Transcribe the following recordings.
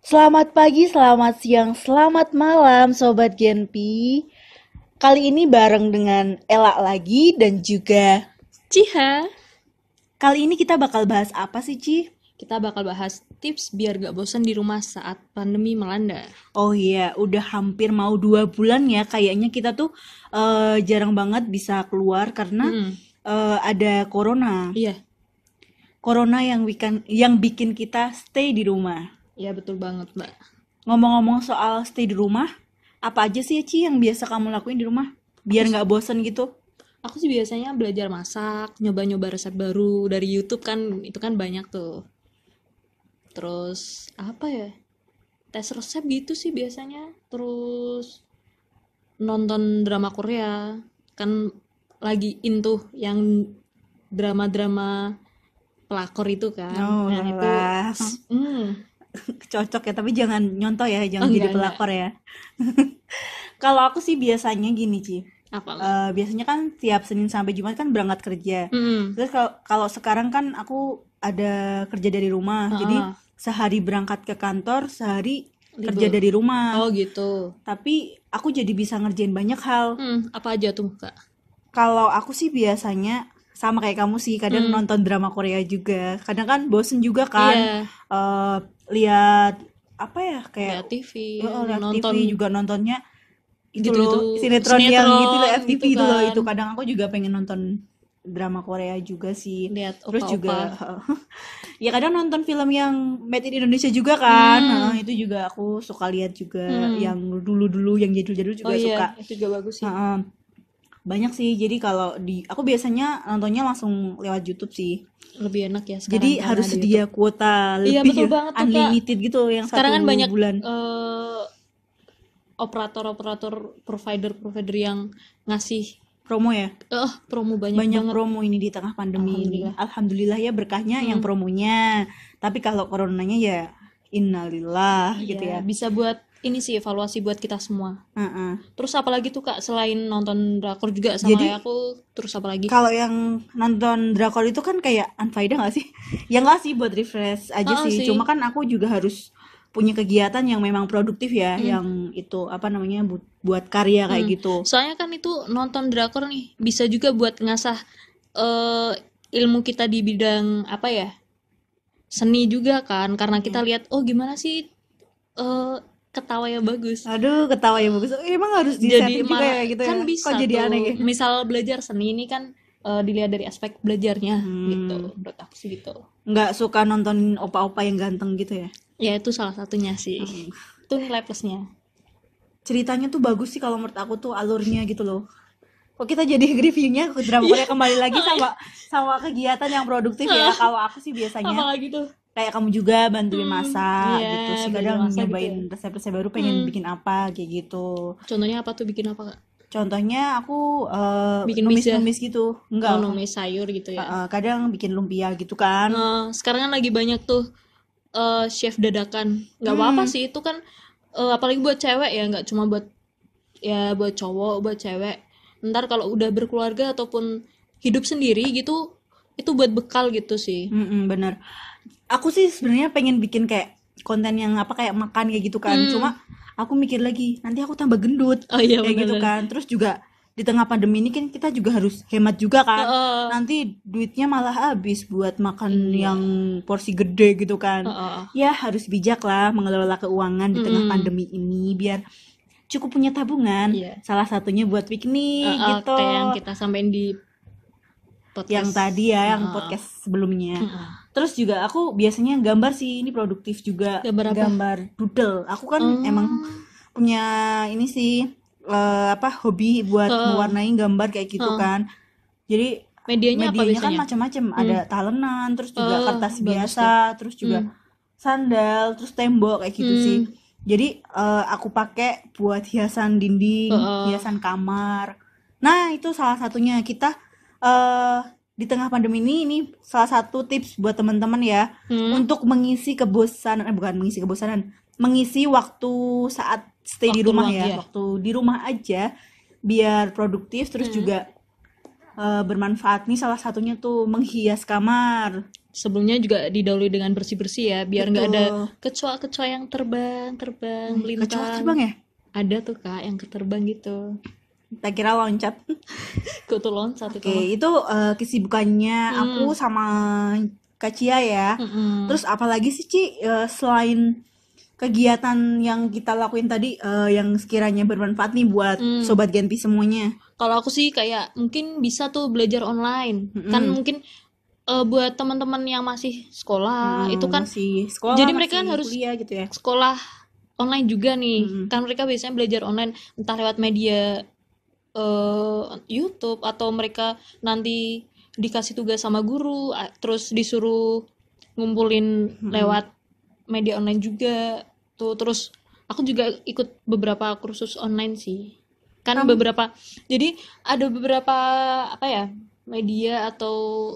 Selamat pagi, selamat siang, selamat malam Sobat Genpi. Kali ini bareng dengan Ella lagi dan juga Ciha, kali ini kita bakal bahas apa sih, Ci? kita bakal bahas tips biar gak bosan di rumah saat pandemi melanda. Oh iya, udah hampir mau 2 bulan ya. Kayaknya kita tuh jarang banget bisa keluar karena Hmm, ada corona. iya, Corona yang bikin kita stay di rumah. iya betul banget mbak. Ngomong-ngomong soal stay di rumah, apa aja sih, Ci, yang biasa kamu lakuin di rumah? Aku, Biar nggak bosen gitu. aku sih biasanya belajar masak, nyoba-nyoba resep baru dari YouTube kan, itu kan banyak tuh. Terus apa ya? Tes resep gitu sih biasanya. Terus nonton drama Korea, kan lagi in tuh yang drama-drama pelakor itu kan. Oh Nah itu, lah, hmm, cocok ya. Tapi jangan nyontoh ya, oh jangan jadi enggak. pelakor ya. Kalau aku sih biasanya gini, Ci. Apa mbak? Biasanya kan tiap Senin sampai Jumat kan berangkat kerja. Hmm. Terus kalau sekarang kan aku ada kerja dari rumah. Jadi Ah, sehari berangkat ke kantor, sehari kerja libur. dari rumah. Oh gitu. Tapi aku jadi bisa ngerjain banyak hal. Apa aja tuh kak? Kalau aku sih biasanya sama kayak kamu sih, kadang Hmm, nonton drama Korea juga. Kadang kan bosen juga kan iya, lihat apa ya, kayak lihat TV, lihat TV nonton juga nontonnya itu gitu-gitu loh, sinetron yang gitu loh, sinetron FTV gitu itu loh. kan. Itu kadang aku juga pengen nonton drama Korea juga sih. Lihat Terus opa-opa. juga ya kadang nonton film yang made in Indonesia juga kan. Hmm, Itu juga aku suka lihat juga, hmm. yang dulu-dulu, yang jadul-jadul Oh juga iya, suka. itu juga bagus sih. Heeh. Banyak sih. Jadi kalau aku biasanya nontonnya langsung lewat YouTube sih. Lebih enak ya sekarang Jadi karena harus ada sedia YouTube. kuota Iya lebih betul ya, banget tuh kak. unlimited gitu yang Sekarang kan 1 bulan. operator-operator provider-provider yang ngasih Promo ya. promo banyak Banyak banget. promo ini di tengah pandemi ini. Alhamdulillah. Alhamdulillah ya, berkahnya yang Hmm, promonya. Tapi kalau coronanya ya innalillah gitu iya, ya. bisa buat ini sih evaluasi buat kita semua. Heeh. Terus apalagi tuh kak selain nonton drakor juga sama Jadi kayak aku, terus apa lagi? kalau yang nonton drakor itu kan kayak unfaedah gak sih? Ya nggak sih, buat refresh aja Heeh sih. sih. Cuma kan aku juga harus punya kegiatan yang memang produktif ya, Hmm, yang itu apa namanya, buat karya kayak hmm. gitu. Soalnya kan itu nonton drakor nih bisa juga buat ngasah eh, ilmu kita di bidang apa ya, seni juga kan karena kita Hmm. lihat oh gimana sih eh, ketawa yang bagus. Aduh, ketawa ya bagus. Emang harus Jadi disetting juga marah ya gitu ya? kan Kok bisa jadi aneh tuh ya? misal belajar seni ini kan dilihat dari aspek belajarnya gitu, Hmm, menurut aku sih gitu. nggak suka nonton opa-opa yang ganteng gitu ya? Ya itu salah satunya sih, Hmm. itu nilai plusnya. Ceritanya tuh bagus sih kalau menurut aku tuh, alurnya gitu loh. Kok kita jadi reviewnya ke drama Korea, kembali lagi sama sama kegiatan yang produktif ya. Kalau aku sih biasanya Apalagi tuh. kayak kamu juga bantuin masak Iya, gitu sih. belajar Kadang masak gitu nyobain ya. resep-resep baru, pengen Hmm, bikin apa kayak gitu. contohnya apa tuh, bikin apa kak? Contohnya aku Bikin pizza. numis-numis gitu. Oh, Enggak, numis sayur gitu ya. kadang bikin lumpia gitu kan. Sekarang kan lagi banyak tuh chef dadakan. Nggak apa-apa Hmm. sih itu kan, apalagi buat cewek ya, nggak cuma buat ya buat cowok, buat cewek. Ntar kalau udah berkeluarga ataupun hidup sendiri gitu, itu buat bekal gitu sih. Bener. Aku sih sebenarnya pengen bikin kayak konten yang apa, kayak makan kayak gitu kan. Hmm. Cuma aku mikir lagi, nanti aku tambah gendut Oh iya kayak gitu benar-benar. kan. Terus juga di tengah pandemi ini kan kita juga harus hemat juga kan. Heeh. Nanti duitnya malah habis buat makan Iya. yang porsi gede gitu kan. Heeh. Ya harus bijak lah mengelola keuangan di tengah Mm-mm. pandemi ini, biar cukup punya tabungan. Iya. Salah satunya buat piknik gitu. Kayak yang kita sampein di Yang podcast. tadi ya, yang Heeh. podcast sebelumnya. Heeh. Terus juga aku biasanya gambar sih, ini produktif juga, Gambar apa? gambar doodle. Aku kan emang Oh. punya ini sih, apa, hobi buat Heeh. mewarnai gambar kayak gitu Heeh. kan. Jadi Medianya apa medianya kan biasanya? macam-macam, ada talenan, terus juga Oh, kertas bagus tuh. biasa, terus juga Hmm. sandal, terus tembok kayak gitu sih. Hmm. Jadi aku pakai buat hiasan dinding, Heeh. hiasan kamar. Nah, itu salah satunya. Kita di tengah pandemi ini salah satu tips buat teman-teman ya, untuk mengisi kebosanan, bukan mengisi kebosanan, mengisi waktu saat stay di Waktu rumah luang ya, ya. waktu di rumah aja biar produktif. Terus juga bermanfaat nih, salah satunya tuh menghias kamar. Sebelumnya juga didahului dengan bersih-bersih ya, biar nggak ada Betul. kecoa-kecoa yang terbang Kecoa melintang. terbang ya? Ada tuh Kak yang keterbang gitu. Tak kira loncat. Kok tuh loncat itu Oke, mah. itu kesibukannya aku sama Kak Cia ya. Mm-mm. Terus apalagi sih Ci, selain kegiatan yang kita lakuin tadi, yang sekiranya bermanfaat nih buat Sobat Genpi semuanya. Kalau aku sih kayak mungkin bisa tuh belajar online. Kan mungkin buat teman-teman yang masih sekolah itu kan Masih sekolah, jadi mereka masih kan harus kuliah gitu ya. sekolah online juga nih. Kan mereka biasanya belajar online entah lewat media YouTube atau mereka nanti dikasih tugas sama guru terus disuruh ngumpulin lewat media online juga tuh. Terus aku juga ikut beberapa kursus online sih kan beberapa, jadi ada beberapa apa ya media atau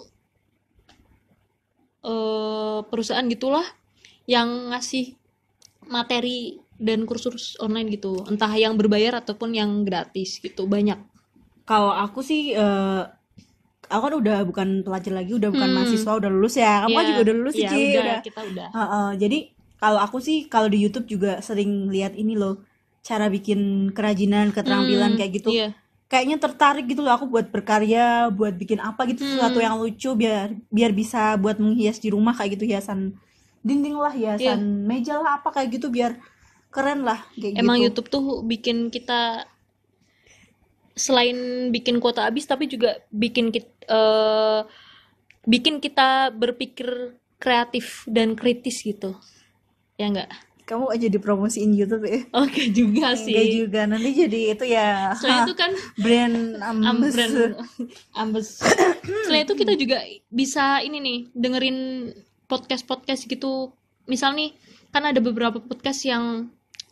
perusahaan gitulah yang ngasih materi dan kursus online gitu, entah yang berbayar ataupun yang gratis gitu, banyak. Kalau aku sih, aku kan udah bukan pelajar lagi, udah bukan mahasiswa, udah lulus ya. Kamu kan juga udah lulus sih, Ya Ci. udah, kita udah. Jadi kalau aku sih, kalau di YouTube juga sering lihat ini loh, cara bikin kerajinan, keterampilan kayak gitu. Iya. Kayaknya tertarik gitu loh aku buat berkarya, buat bikin apa gitu, sesuatu yang lucu biar bisa buat menghias di rumah kayak gitu, hiasan dinding lah, hiasan meja lah, apa kayak gitu, biar keren lah kayak Emang gitu. YouTube tuh bikin kita selain bikin kuota habis tapi juga bikin kita berpikir kreatif dan kritis gitu. Ya enggak? Kamu aja dipromosiin YouTube ya? Oke juga Enggak sih. juga, nanti jadi itu ya. Selain itu kan brand brand ambas. Selain itu kita juga bisa ini nih, dengerin podcast gitu. Misal nih, kan ada beberapa podcast yang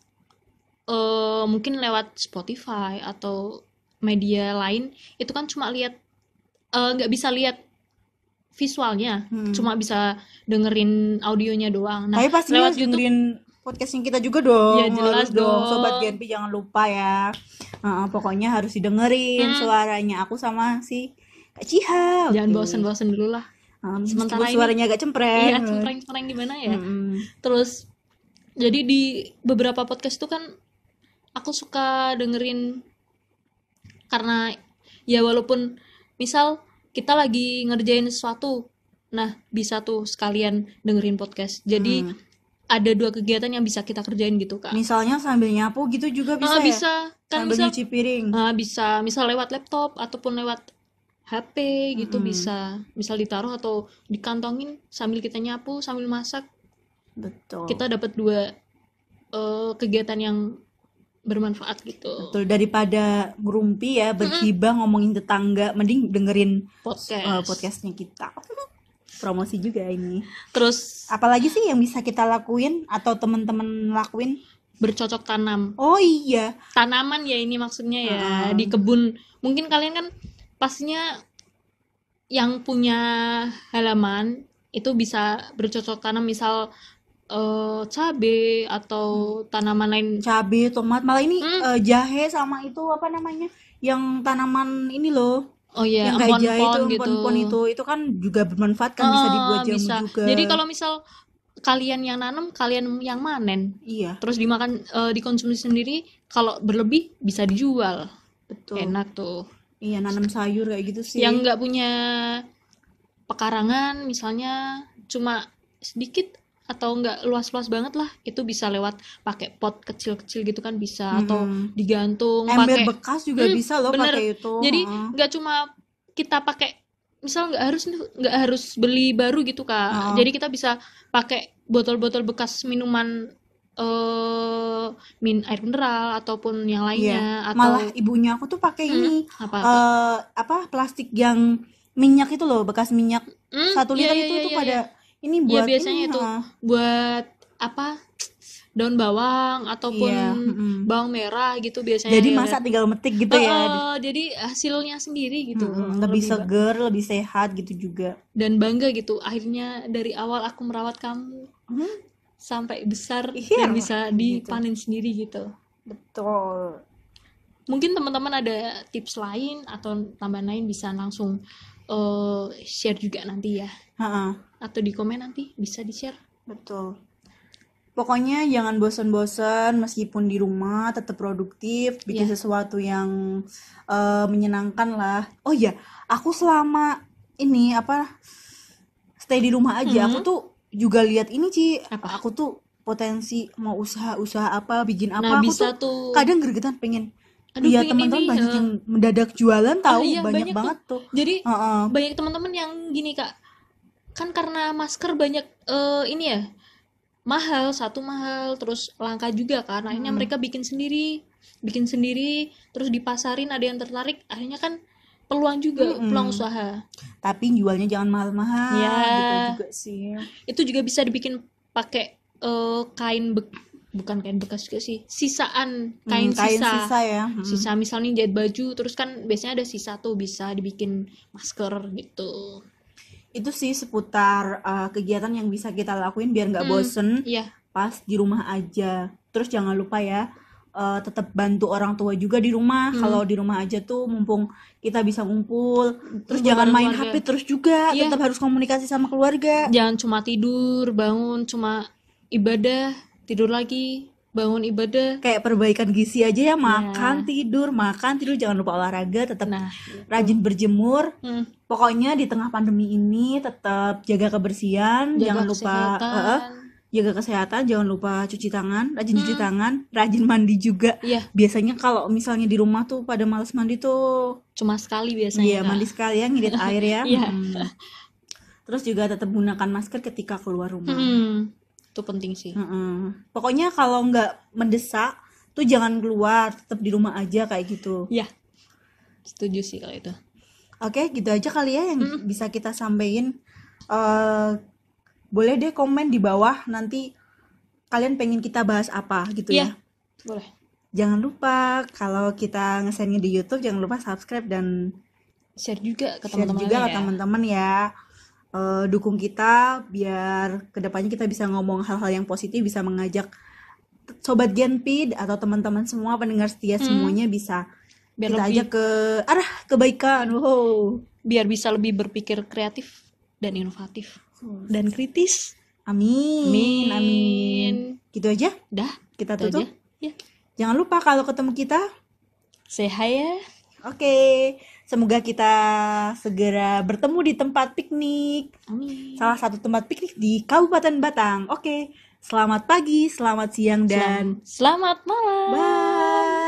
mungkin lewat Spotify atau media lain, itu kan cuma lihat nggak bisa lihat visualnya, cuma bisa dengerin audionya doang. Nah, tapi pasti lewat YouTube dengerin podcastnya kita juga dong. Ya, jelas harus dong. dong. Sobat Genpi jangan lupa ya. Pokoknya harus didengerin suaranya aku sama si Kak Ciha. jangan Oke. bosen-bosen dulu lah. Sementara Sementara ini suaranya agak cempreng. iya, cempreng-cempreng gimana ya. Terus jadi di beberapa podcast tuh kan aku suka dengerin karena ya walaupun misal kita lagi ngerjain sesuatu, nah bisa tuh sekalian dengerin podcast. Jadi ada dua kegiatan yang bisa kita kerjain gitu Kak. Misalnya sambil nyapu gitu juga bisa ya? Bisa kan, Sambil misal nyuci piring. bisa misal lewat laptop ataupun lewat HP gitu, bisa misal ditaruh atau dikantongin sambil kita nyapu sambil masak. Betul. Kita dapat dua kegiatan yang bermanfaat gitu. Betul, daripada ngerumpi ya, bergibah ngomongin tetangga, mending dengerin podcastnya kita. Promosi juga ini. Terus apalagi sih yang bisa kita lakuin atau teman-teman lakuin? bercocok tanam. Oh iya, Tanaman ya ini maksudnya ya, di kebun. Mungkin kalian kan pastinya yang punya halaman itu bisa bercocok tanam, misal cabe atau tanaman lain. cabai, tomat, malah ini jahe sama itu apa namanya? Yang tanaman ini loh. Oh iya, yang kayak jahe itu, empon-empon gitu. empon-empon itu kan juga bermanfaat kan, bisa dibuat jamu bisa. juga. Jadi kalau misal kalian yang nanam, kalian yang manen, Iya, terus dimakan, dikonsumsi sendiri, kalau berlebih bisa dijual. betul. Enak tuh. Iya, nanam sayur kayak gitu sih. Yang nggak punya pekarangan misalnya cuma sedikit atau nggak luas-luas banget lah, itu bisa lewat pakai pot kecil-kecil gitu kan bisa, atau digantung Ember pakai bekas juga bisa loh bener. pakai itu. Jadi nggak cuma kita pakai, misal nggak harus beli baru gitu Kak. Jadi kita bisa pakai botol-botol bekas minuman, air mineral ataupun yang lainnya. Iya. Atau Malah ibunya aku tuh pakai ini apa? plastik yang minyak itu loh, bekas minyak 1 liter iya, itu iya, tuh iya, pada iya. ini Iya, buat biasanya ini, itu buat apa, daun bawang ataupun Iya, bawang merah gitu biasanya. jadi ya masak kan? tinggal metik gitu ya. Jadi hasilnya sendiri gitu. Lebih seger, lebih sehat gitu juga. Dan bangga gitu, akhirnya dari awal aku merawat kamu sampai besar Iya, dan bisa dipanen sendiri gitu. Betul. Mungkin teman-teman ada tips lain atau tambahan lain bisa langsung share juga nanti ya, Ha-ha, atau di komen nanti bisa di-share. betul. Pokoknya jangan bosan-bosan meskipun di rumah, tetap produktif, bikin Iya. sesuatu yang menyenangkan lah. Oh iya, aku selama ini stay di rumah aja, aku tuh juga lihat ini Ci, Apa? aku tuh potensi mau usaha apa, bikin apa, Nah, aku bisa tuh tuh. kadang gregetan pengen Aduh, lihat pengen teman-teman ini, banyak yang mendadak jualan tahu, iya, banyak banyak banget tuh. Jadi Heeh. banyak teman-teman yang gini Kak, kan karena masker banyak ini ya, satu mahal, terus langka juga kan, akhirnya mereka bikin sendiri, terus dipasarin, ada yang tertarik, akhirnya kan peluang juga, peluang usaha. Tapi jualnya jangan mahal-mahal Ya, gitu juga sih. itu juga bisa dibikin pakai bukan kain bekas juga sih, sisaan kain Kain sisa. sisa ya. Sisa misalnya jahit baju, terus kan biasanya ada sisa tuh, bisa dibikin masker gitu. Itu sih seputar kegiatan yang bisa kita lakuin biar nggak bosen Iya, pas di rumah aja. Terus jangan lupa ya, tetap bantu orang tua juga di rumah. Kalau di rumah aja tuh mumpung kita bisa ngumpul. Terus Ngumpul jangan bareng main keluarga. HP terus juga. Iya. Tetap harus komunikasi sama keluarga. Jangan cuma tidur, bangun cuma ibadah, tidur lagi, bangun ibadah. Kayak perbaikan gizi aja ya, makan tidur, jangan lupa olahraga, tetap Nah, rajin berjemur. hmm, Pokoknya di tengah pandemi ini tetap jaga kebersihan, jaga jangan lupa kesehatan. jaga kesehatan, jangan lupa cuci tangan, rajin cuci tangan, rajin mandi juga. Iya, Biasanya kalau misalnya di rumah tuh pada males mandi tuh, cuma sekali biasanya. iya Kak. mandi sekali ya, ngirit air ya. Iya. Terus juga tetap gunakan masker ketika keluar rumah. Itu penting sih. Pokoknya kalau nggak mendesak tuh jangan keluar, tetap di rumah aja kayak gitu. Iya. Setuju sih kalau itu. Oke, gitu aja kali ya yang bisa kita sampaikan. Boleh deh komen di bawah nanti kalian pengen kita bahas apa gitu Iya, ya. boleh. Jangan lupa kalau kita nge-share-nya di YouTube, jangan lupa subscribe dan Share juga ke share teman-teman juga ya. ke teman-teman ya. Dukung kita biar kedepannya kita bisa ngomong hal-hal yang positif, bisa mengajak sobat Genpid atau teman-teman semua pendengar setia semuanya bisa Biar kita lebih- ajak ke arah kebaikan. Wow. Biar bisa lebih berpikir kreatif dan inovatif dan kritis. Amin. Amin. Gitu aja. Dah, Kita itu tutup. aja. Ya. Jangan lupa kalau ketemu kita. Say hi ya. Oke, semoga kita segera bertemu di tempat piknik. Amin. Salah satu tempat piknik di Kabupaten Batang. Oke, selamat pagi, selamat siang, dan Selamat malam. bye.